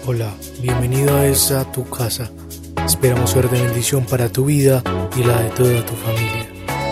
Hola, bienvenido a esta tu casa. Esperamos ser de bendición para tu vida y la de toda tu familia.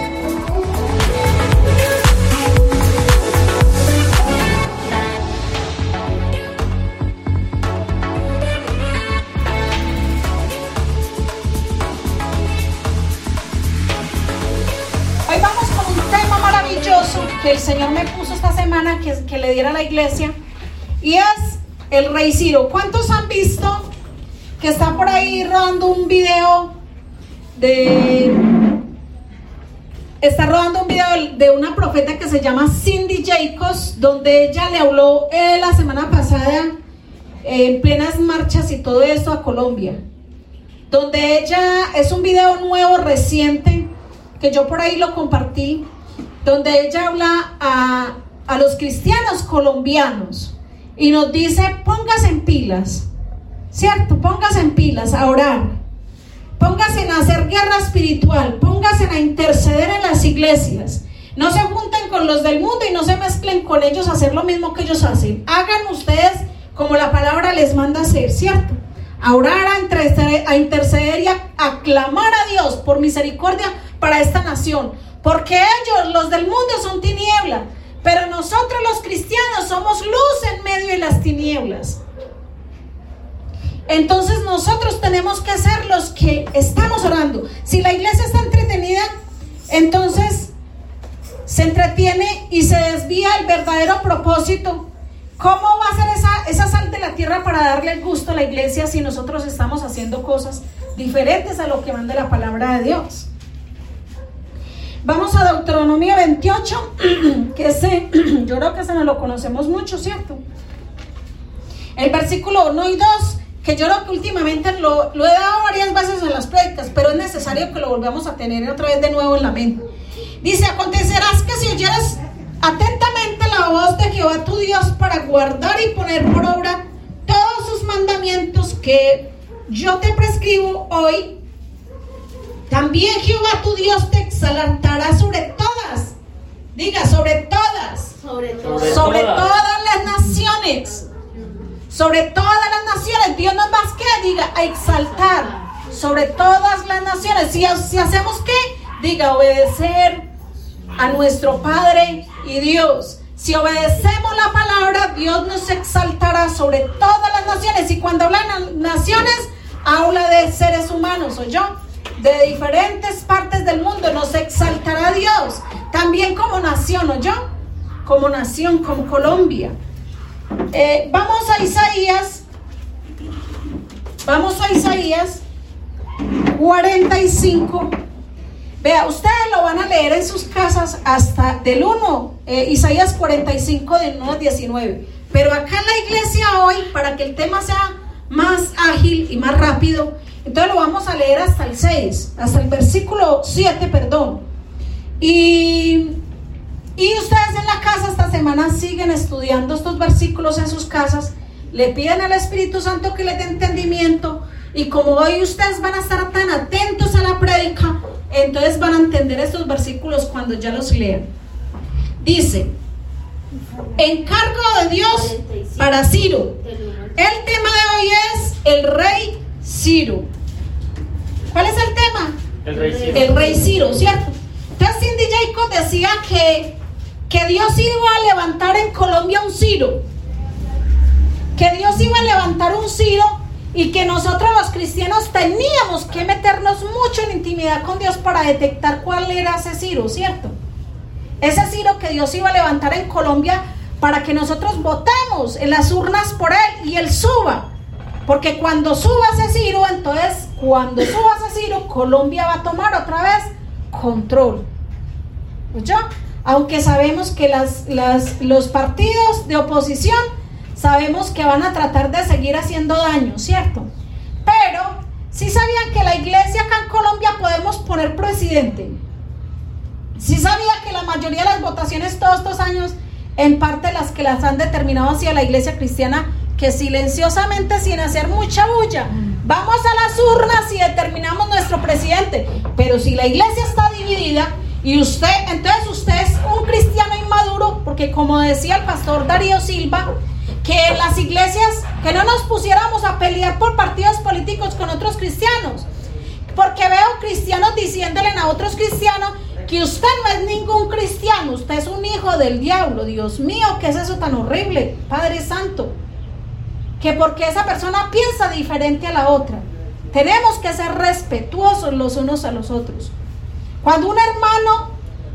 Hoy vamos con un tema maravilloso que el Señor me puso esta semana que le diera a la iglesia, y es el Rey Ciro. ¿Cuántos han visto que está por ahí rodando un video de una profeta que se llama Cindy Jacobs, donde ella le habló la semana pasada en plenas marchas y todo esto a Colombia? Donde ella, es un video nuevo, reciente, que yo por ahí lo compartí, donde ella habla a los cristianos colombianos y nos dice: póngase en pilas, ¿cierto? Póngase en pilas a orar, póngase en hacer guerra espiritual, póngase a interceder en las iglesias, no se junten con los del mundo y no se mezclen con ellos a hacer lo mismo que ellos hacen. Hagan ustedes como la palabra les manda hacer, ¿cierto? A orar, a interceder y a clamar a Dios por misericordia para esta nación, porque ellos, los del mundo, son tinieblas, pero nosotros los cristianos somos luz en medio de las tinieblas. Entonces nosotros tenemos que ser los que estamos orando. Si la iglesia está entretenida, entonces se entretiene y se desvía el verdadero propósito. ¿Cómo va a ser esa sal de la tierra para darle el gusto a la iglesia si nosotros estamos haciendo cosas diferentes a lo que manda la palabra de Dios? Vamos a Deuteronomio 28, que yo creo que ese no lo conocemos mucho, ¿cierto? El versículo 1 y 2, que yo creo que últimamente lo he dado varias veces en las prédicas, pero es necesario que lo volvamos a tener otra vez de nuevo en la mente. Dice: acontecerás que si oyeres atentamente la voz de Jehová tu Dios para guardar y poner por obra todos sus mandamientos que yo te prescribo hoy, también Jehová tu Dios te exaltará sobre todas, diga, sobre todas las naciones, sobre todas las naciones. Dios no es más que, diga, a exaltar sobre todas las naciones. Si hacemos qué, diga, obedecer a nuestro Padre y Dios. Si obedecemos la palabra, Dios nos exaltará sobre todas las naciones. Y cuando habla de naciones, habla de seres humanos, ¿oyó? De diferentes partes del mundo nos exaltará Dios, también como nación, ¿oyó? Como nación, como Colombia. Vamos a Isaías 45. Vea, ustedes lo van a leer en sus casas hasta del 1, Isaías 45 del 1 al 19. Pero acá en la iglesia hoy, para que el tema sea más ágil y más rápido, entonces lo vamos a leer hasta el 6, hasta el versículo 7, perdón. Y ustedes en la casa esta semana siguen estudiando estos versículos en sus casas, le piden al Espíritu Santo que les dé entendimiento, y como hoy ustedes van a estar tan atentos a la prédica, entonces van a entender estos versículos cuando ya los lean. Dice: encargo de Dios para Ciro. El tema de hoy es el Rey Ciro. ¿Cuál es el tema? El Rey Ciro. El Rey Ciro, ¿cierto? Entonces Cindy Jacobs decía que Dios iba a levantar en Colombia un Ciro, que Dios iba a levantar un Ciro, y que nosotros los cristianos teníamos que meternos mucho en intimidad con Dios para detectar cuál era ese Ciro, ¿cierto? Ese Ciro que Dios iba a levantar en Colombia para que nosotros votemos en las urnas por él y él suba. Porque cuando suba ese Ciro, entonces Colombia va a tomar otra vez control. ¿Oye? Aunque sabemos que los partidos de oposición, sabemos que van a tratar de seguir haciendo daño, ¿cierto? Pero sí sabían que la iglesia acá en Colombia podemos poner presidente. Sí sabía que la mayoría de las votaciones todos estos años, en parte las que las han determinado hacia la iglesia cristiana, que silenciosamente, sin hacer mucha bulla, vamos a las urnas y determinamos nuestro presidente. Pero si la iglesia está dividida y entonces usted es un cristiano inmaduro, porque como decía el pastor Darío Silva, que en las iglesias, que no nos pusiéramos a pelear por partidos políticos con otros cristianos, porque veo cristianos diciéndole a otros cristianos que usted no es ningún cristiano, usted es un hijo del diablo. Dios mío, ¿qué es eso tan horrible? Padre Santo, que porque esa persona piensa diferente a la otra. Tenemos que ser respetuosos los unos a los otros. Cuando un hermano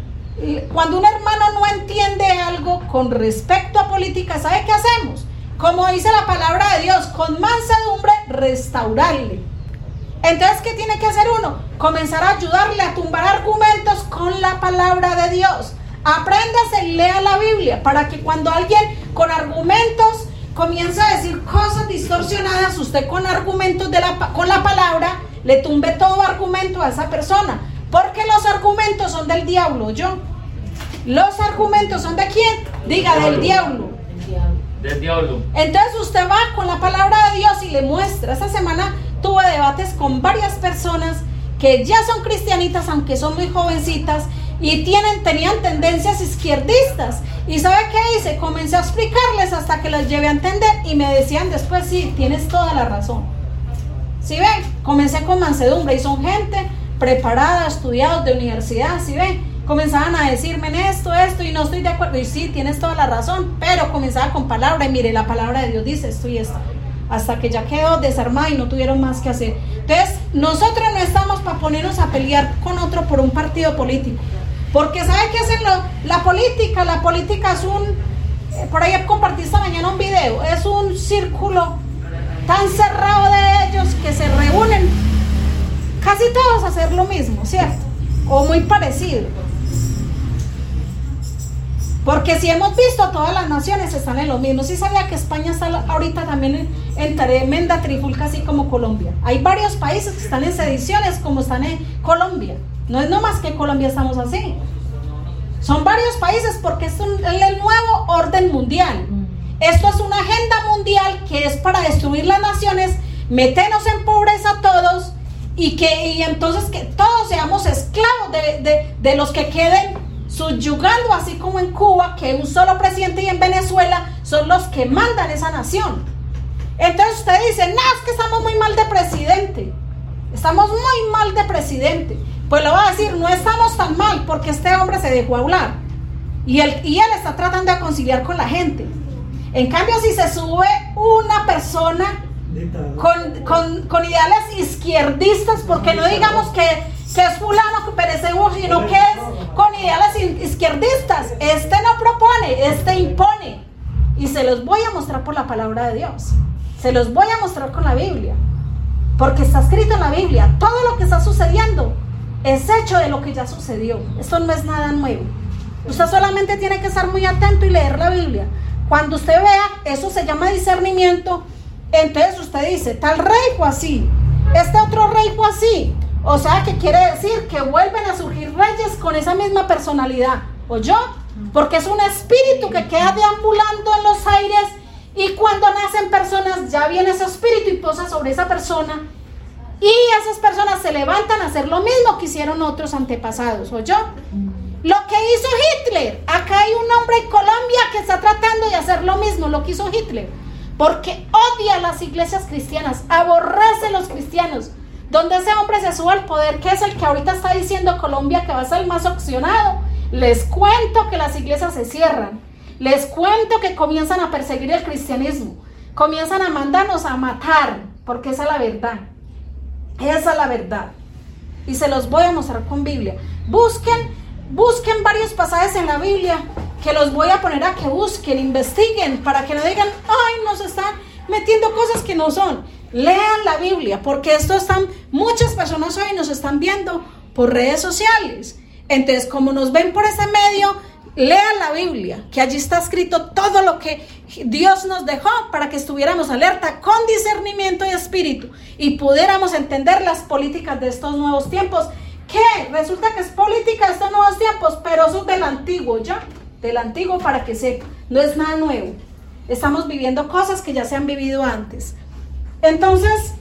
no entiende algo con respecto a política, ¿sabe qué hacemos? Como dice la palabra de Dios, con mansedumbre restaurarle. Entonces, ¿qué tiene que hacer uno? Comenzar a ayudarle a tumbar argumentos con la palabra de Dios. Apréndase y lea la Biblia para que cuando alguien con argumentos comienza a decir cosas distorsionadas, usted con argumentos con la palabra le tumbe todo argumento a esa persona. Porque los argumentos son del diablo, ¿yo? ¿Los argumentos son de quién? Diga, del diablo. Del diablo. Entonces usted va con la palabra de Dios y le muestra. Esta semana tuve debates con varias personas que ya son cristianitas, aunque son muy jovencitas, y tenían tendencias izquierdistas. ¿Y sabe qué hice? Comencé a explicarles hasta que las llevé a entender y me decían después, sí, tienes toda la razón. ¿Sí ven? Comencé con mansedumbre y son gente preparada, estudiados de universidad, ¿sí ven? Comenzaban a decirme esto y no estoy de acuerdo, y sí, tienes toda la razón, pero comenzaba con palabra, y mire, la palabra de Dios dice esto y esto, hasta que ya quedó desarmada y no tuvieron más que hacer. Entonces, nosotros no estamos para ponernos a pelear con otro por un partido político, porque ¿sabe qué hacen la política? La política es por ahí compartí esta mañana un video, es un círculo tan cerrado de ellos que se reúnen casi todos a hacer lo mismo, ¿cierto? O muy parecido. Porque si hemos visto, todas las naciones están en lo mismo. Sí sabía que España está ahorita también en tremenda trifulca, así como Colombia. Hay varios países que están en sediciones como están en Colombia. No es nomás que Colombia estamos así. Son varios países porque es el nuevo orden mundial. Esto es una agenda mundial que es para destruir las naciones, meternos en pobreza a todos y entonces que todos seamos esclavos de los que queden subyugando, así como en Cuba, que un solo presidente, y en Venezuela son los que mandan esa nación. Entonces usted dice, no, es que estamos muy mal de presidente. Estamos muy mal de presidente. Pues le voy a decir, no estamos tan mal, porque este hombre se dejó hablar. Y él está tratando de conciliar con la gente. En cambio, si se sube una persona con ideales izquierdistas, porque no digamos que es fulano que perecemos, sino que es con ideales izquierdistas. Este no propone, este impone. Y se los voy a mostrar por la palabra de Dios. Se los voy a mostrar con la Biblia. Porque está escrito en la Biblia. Todo lo que está sucediendo es hecho de lo que ya sucedió. Esto no es nada nuevo. Usted solamente tiene que estar muy atento y leer la Biblia. Cuando usted vea, eso se llama discernimiento. Entonces usted dice, tal rey fue así, este otro rey fue así. O sea, que quiere decir que vuelven a surgir reyes con esa misma personalidad. ¿Oyó? Porque es un espíritu que queda deambulando en los aires, y cuando nacen personas ya viene ese espíritu y posa sobre esa persona, y esas personas se levantan a hacer lo mismo que hicieron otros antepasados. ¿Oyó? Lo que hizo Hitler. Acá hay un hombre en Colombia que está tratando de hacer lo mismo, lo que hizo Hitler, porque odia a las iglesias cristianas, aborrece a los cristianos. Donde ese hombre se sube al poder, que es el que ahorita está diciendo Colombia que va a ser el más opcionado, les cuento que las iglesias se cierran, les cuento que comienzan a perseguir el cristianismo, comienzan a mandarnos a matar, porque esa es la verdad. Esa es la verdad. Y se los voy a mostrar con Biblia. Busquen varios pasajes en la Biblia, que los voy a poner a que busquen, investiguen, para que no digan, ay, nos están metiendo cosas que no son. Lean la Biblia, porque muchas personas hoy nos están viendo por redes sociales. Entonces, como nos ven por ese medio, lean la Biblia, que allí está escrito todo lo que Dios nos dejó para que estuviéramos alerta con discernimiento y espíritu y pudiéramos entender las políticas de estos nuevos tiempos, que resulta que es política de estos nuevos tiempos, pero eso es del antiguo, ¿ya? Del antiguo, para que sepa, no es nada nuevo. Estamos viviendo cosas que ya se han vivido antes. Entonces,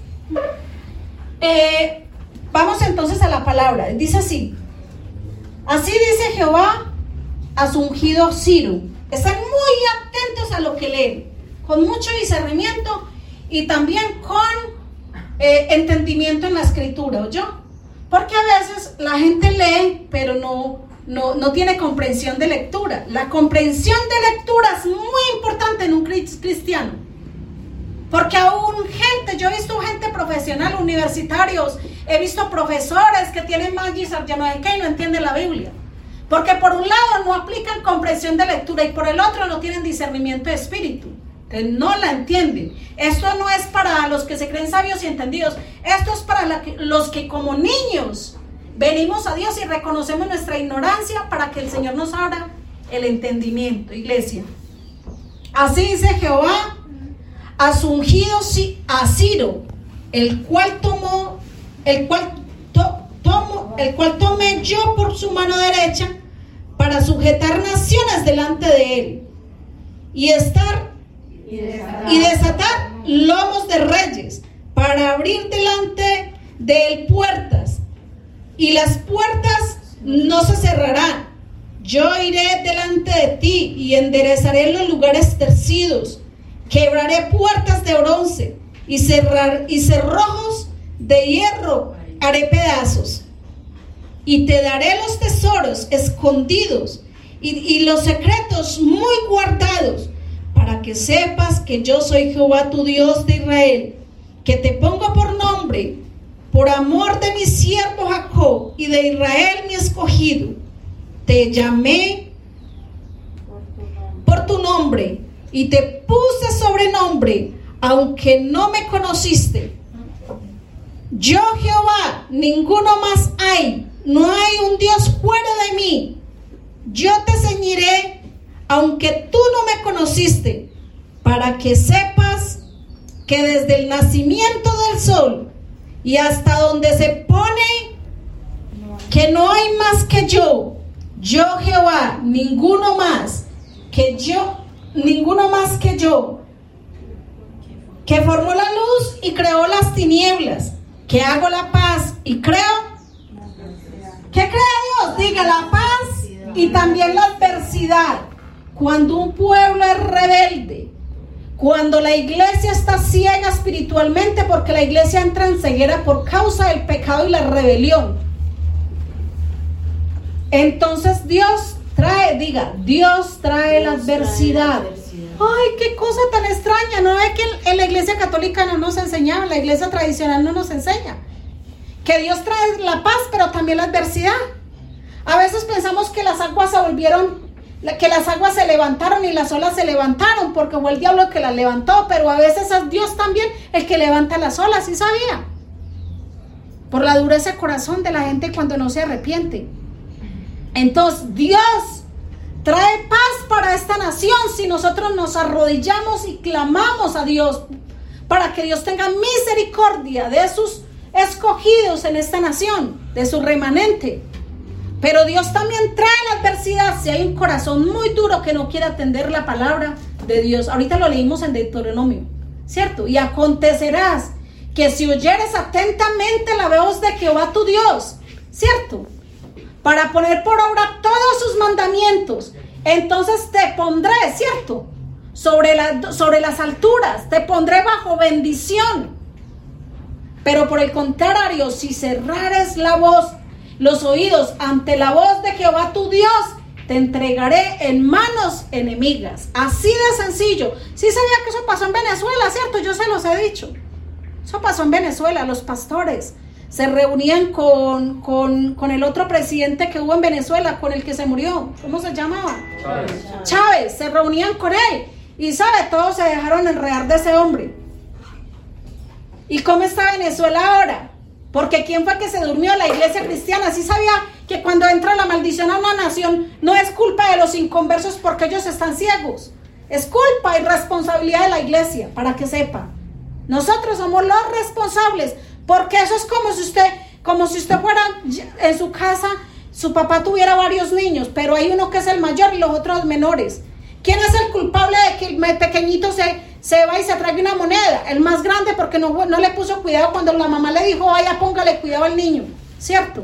vamos entonces a la palabra. Dice así dice Jehová a su ungido Ciro. Están muy atentos a lo que leen. con mucho discernimiento y también con entendimiento en la escritura, ¿oyó? Porque a veces la gente lee, pero no tiene comprensión de lectura. La comprensión de lectura es muy importante en un cristiano. Porque aún yo he visto gente profesional, universitarios, he visto profesores que tienen magíster, ya no sé qué, y no entienden la Biblia. Porque por un lado no aplican comprensión de lectura y por el otro no tienen discernimiento de espíritu. Entonces no la entienden. Esto no es para los que se creen sabios y entendidos. Esto es para los que como niños venimos a Dios y reconocemos nuestra ignorancia para que el Señor nos abra el entendimiento, iglesia. Así dice Jehová a su ungido a Ciro, el cual tomé yo por su mano derecha para sujetar naciones delante de él y desatar lomos de reyes, para abrir delante de él puertas, y las puertas no se cerrarán. Yo iré delante de ti y enderezaré los lugares torcidos, quebraré puertas de bronce y cerrojos de hierro haré pedazos, y te daré los tesoros escondidos y los secretos muy guardados, para que sepas que yo soy Jehová tu Dios de Israel, que te pongo por nombre, por amor de mi siervo Jacob y de Israel mi escogido. Te llamé por tu nombre y te puse sobrenombre, aunque no me conociste. Yo Jehová, ninguno más hay, no hay un Dios fuera de mí. Yo te ceñiré, aunque tú no me conociste, para que sepas que desde el nacimiento del sol y hasta donde se pone, que no hay más que yo Jehová, ninguno más que yo, que formó la luz y creó las tinieblas, que hago la paz y creo. ¿Qué crea Dios? Diga la paz y también la adversidad. Cuando un pueblo es rebelde, cuando la iglesia está ciega espiritualmente, porque la iglesia entra en ceguera por causa del pecado y la rebelión, entonces Dios trae la adversidad. Ay, qué cosa tan extraña. ¿No es que en la iglesia católica no nos enseñaba, la iglesia tradicional no nos enseña que Dios trae la paz, pero también la adversidad? A veces pensamos que las aguas se levantaron y las olas se levantaron porque fue el diablo el que las levantó, pero a veces es Dios también el que levanta las olas, ¿sí sabía? Por la dureza de corazón de la gente cuando no se arrepiente. Entonces Dios trae paz para esta nación si nosotros nos arrodillamos y clamamos a Dios para que Dios tenga misericordia de sus escogidos en esta nación, de su remanente. Pero Dios también trae la adversidad si hay un corazón muy duro que no quiere atender la palabra de Dios. Ahorita lo leímos en Deuteronomio, ¿cierto? Y acontecerás que si oyeres atentamente la voz de Jehová tu Dios, ¿cierto?, para poner por obra todos sus mandamientos, entonces te pondré, ¿cierto?, sobre las alturas, te pondré bajo bendición. Pero por el contrario, si cerrares los oídos ante la voz de Jehová tu Dios, te entregaré en manos enemigas. Así de sencillo. Sí sabía que eso pasó en Venezuela, ¿cierto? Yo se los he dicho. Eso pasó en Venezuela. Los pastores se reunían con el otro presidente que hubo en Venezuela, con el que se murió. ¿Cómo se llamaba? Chávez. Se reunían con él. Y sabe, todos se dejaron enredar de ese hombre. ¿Y cómo está Venezuela ahora? Porque ¿quién fue que se durmió? La iglesia cristiana. Sí sabía que cuando entra la maldición a una nación no es culpa de los inconversos porque ellos están ciegos. Es culpa y responsabilidad de la iglesia, para que sepa. Nosotros somos los responsables, porque eso es como si usted fuera en su casa, su papá tuviera varios niños, pero hay uno que es el mayor y los otros menores. ¿Quién es el culpable de que el pequeñito se va y se trae una moneda? El más grande, porque no le puso cuidado cuando la mamá le dijo, vaya, póngale cuidado al niño, ¿cierto?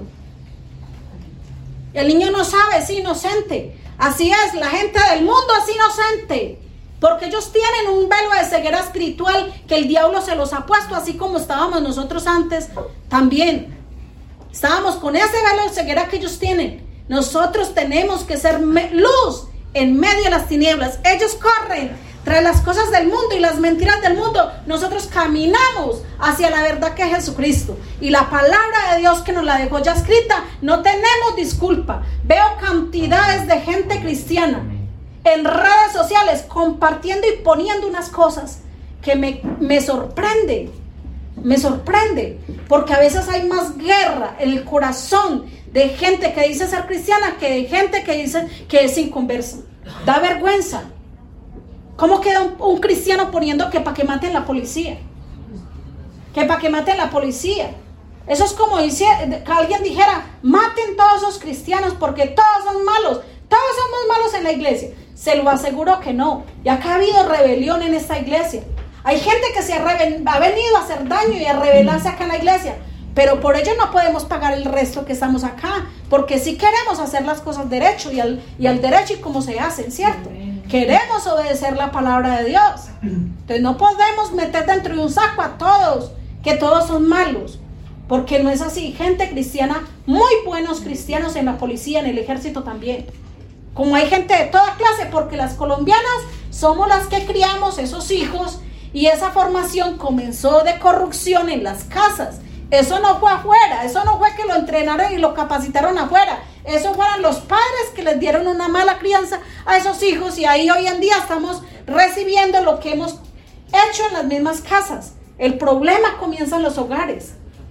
El niño no sabe, es inocente. Así es, la gente del mundo es inocente. Porque ellos tienen un velo de ceguera espiritual que el diablo se los ha puesto, así como estábamos nosotros antes también. Estábamos con ese velo de ceguera que ellos tienen. Nosotros tenemos que ser luz en medio de las tinieblas. Ellos corren tras las cosas del mundo y las mentiras del mundo. Nosotros caminamos hacia la verdad que es Jesucristo. Y la palabra de Dios que nos la dejó ya escrita, no tenemos disculpa. Veo cantidades de gente cristiana en redes sociales compartiendo y poniendo unas cosas que me sorprende. Me sorprende, porque a veces hay más guerra en el corazón de gente que dice ser cristiana que de gente que dice que es inconversa. Da vergüenza. ¿Cómo queda un cristiano poniendo que para que maten la policía? Que para que maten la policía. Eso es como que alguien dijera, maten todos esos cristianos porque todos son malos. Todos somos malos en la iglesia. Se lo aseguro que no. Y acá ha habido rebelión en esta iglesia. Hay gente que ha venido a hacer daño y a rebelarse acá en la iglesia, pero por ello no podemos pagar el resto que estamos acá, porque sí queremos hacer las cosas derecho y al derecho y como se hacen, ¿cierto? Queremos obedecer la palabra de Dios. Entonces no podemos meter dentro de un saco a todos, que todos son malos, porque no es así. Gente cristiana, muy buenos cristianos en la policía, en el ejército también. Como hay gente de toda clase, porque las colombianas somos las que criamos esos hijos. Y esa formación comenzó de corrupción en las casas. Eso no fue afuera, eso no fue que lo entrenaron y lo capacitaron afuera. Eso fueron los padres que les dieron una mala crianza a esos hijos y ahí hoy en día estamos recibiendo lo que hemos hecho en las mismas casas. El problema comienza en los hogares.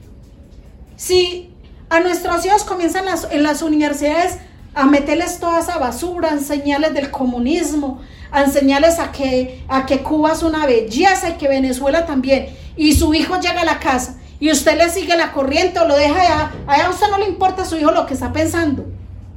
Si a nuestros hijos comienzan en las universidades a meterles toda esa basura, a enseñarles del comunismo, a enseñarles a que Cuba es una belleza y que Venezuela también, y su hijo llega a la casa y usted le sigue la corriente o lo deja allá a usted no le importa a su hijo lo que está pensando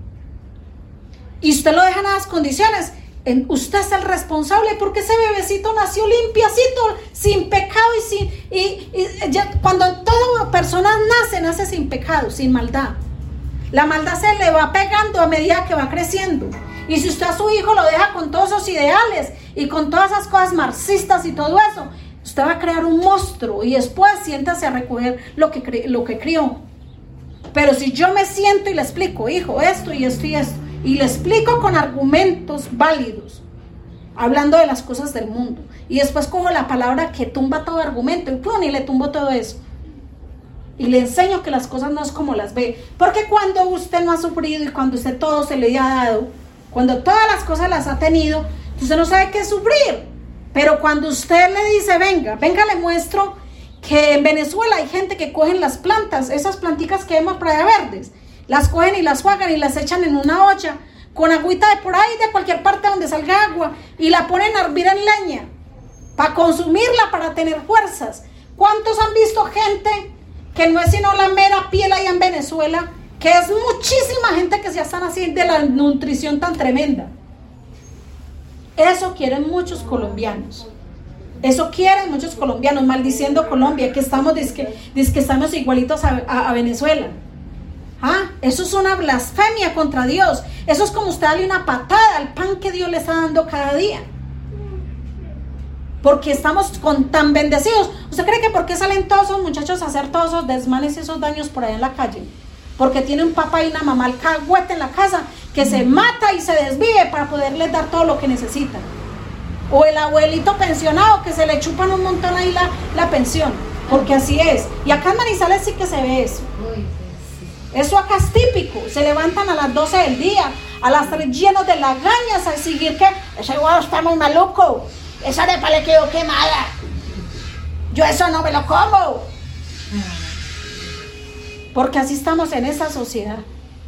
y usted lo deja en las condiciones, usted es el responsable porque ese bebecito nació limpiacito, sin pecado cuando toda persona nace sin pecado, sin maldad. La maldad se le va pegando a medida que va creciendo. Y si usted a su hijo lo deja con todos esos ideales y con todas esas cosas marxistas y todo eso, usted va a crear un monstruo y después siéntase a recoger lo que crió. Pero si yo me siento y le explico, hijo, esto y esto y esto, y le explico con argumentos válidos, hablando de las cosas del mundo, y después cojo la palabra que tumba todo argumento y le tumbo todo eso. Y le enseño que las cosas no es como las ve. Porque cuando usted no ha sufrido y cuando usted todo se le ha dado, cuando todas las cosas las ha tenido, usted no sabe qué es sufrir. Pero cuando usted le dice, venga, le muestro que en Venezuela hay gente que cogen las plantas, esas planticas que vemos por allá verdes, las cogen y las juegan y las echan en una olla, con agüita de por ahí, de cualquier parte donde salga agua, y la ponen a hervir en leña, para consumirla, para tener fuerzas. ¿Cuántos han visto gente que no es sino la mera piel allá en Venezuela, que es muchísima gente que se están haciendo de la nutrición tan tremenda? Eso quieren muchos colombianos. Eso quieren muchos colombianos, maldiciendo Colombia, que estamos estamos igualitos a Venezuela. Eso es una blasfemia contra Dios. Eso es como usted darle una patada al pan que Dios le está dando cada día. Porque estamos tan bendecidos. ¿Usted cree que por qué salen todos esos muchachos a hacer todos esos desmanes y esos daños por allá en la calle? Porque tiene un papá y una mamá alcahuete en la casa que se mata y se desvive para poderles dar todo lo que necesitan. O el abuelito pensionado que se le chupan un montón ahí la pensión. Porque así es. Y acá en Manizales sí que se ve eso. Eso acá es típico. Se levantan a las 12 del día, a las 3 llenos de lagañas a exigir que ese huevo está muy maluco. Esa arepa le quedó quemada. Yo eso no me lo como. Porque así estamos en esa sociedad.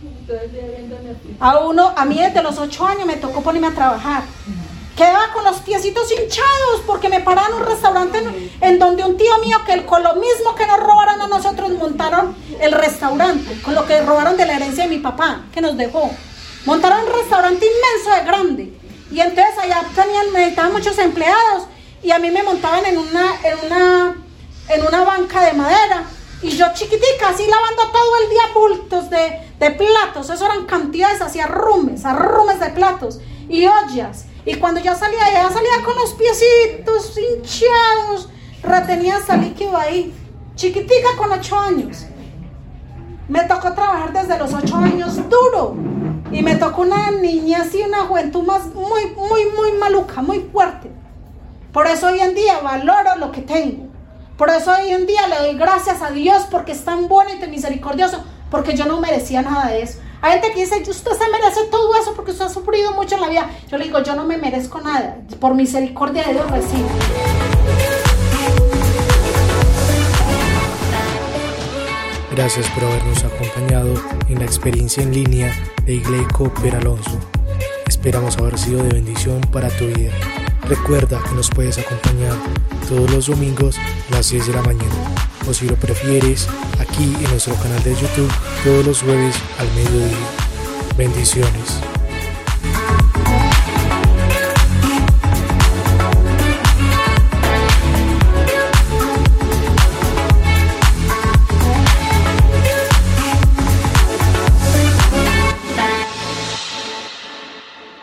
A mí desde los 8 años me tocó ponerme a trabajar. Quedaba con los piecitos hinchados porque me pararon en un restaurante en donde un tío mío, que con lo mismo que nos robaron a nosotros, montaron el restaurante, con lo que robaron de la herencia de mi papá, que nos dejó. Montaron un restaurante inmenso de grande. Y entonces allá necesitaban muchos empleados y a mí me montaban en una banca de madera y yo chiquitica así lavando todo el día bultos de platos. Eso eran cantidades, hacía arrumes de platos y ollas Y cuando yo salía de allá, salía con los piecitos hinchados, retenía hasta líquido ahí, chiquitica con 8 años. Me tocó trabajar desde los 8 años duro. Y me tocó una niñez y una juventud muy maluca, muy fuerte. Por eso hoy en día valoro lo que tengo. Por eso hoy en día le doy gracias a Dios porque es tan bueno y tan misericordioso, porque yo no merecía nada de eso. Hay gente que dice, usted se merece todo eso porque usted ha sufrido mucho en la vida. Yo le digo, yo no me merezco nada. Por misericordia de Dios recibo. Gracias por habernos acompañado en la experiencia en línea de Igley Cooper Alonso. Esperamos haber sido de bendición para tu vida. Recuerda que nos puedes acompañar todos los domingos a las 10 de la mañana. O si lo prefieres, aquí en nuestro canal de YouTube todos los jueves al mediodía. Bendiciones.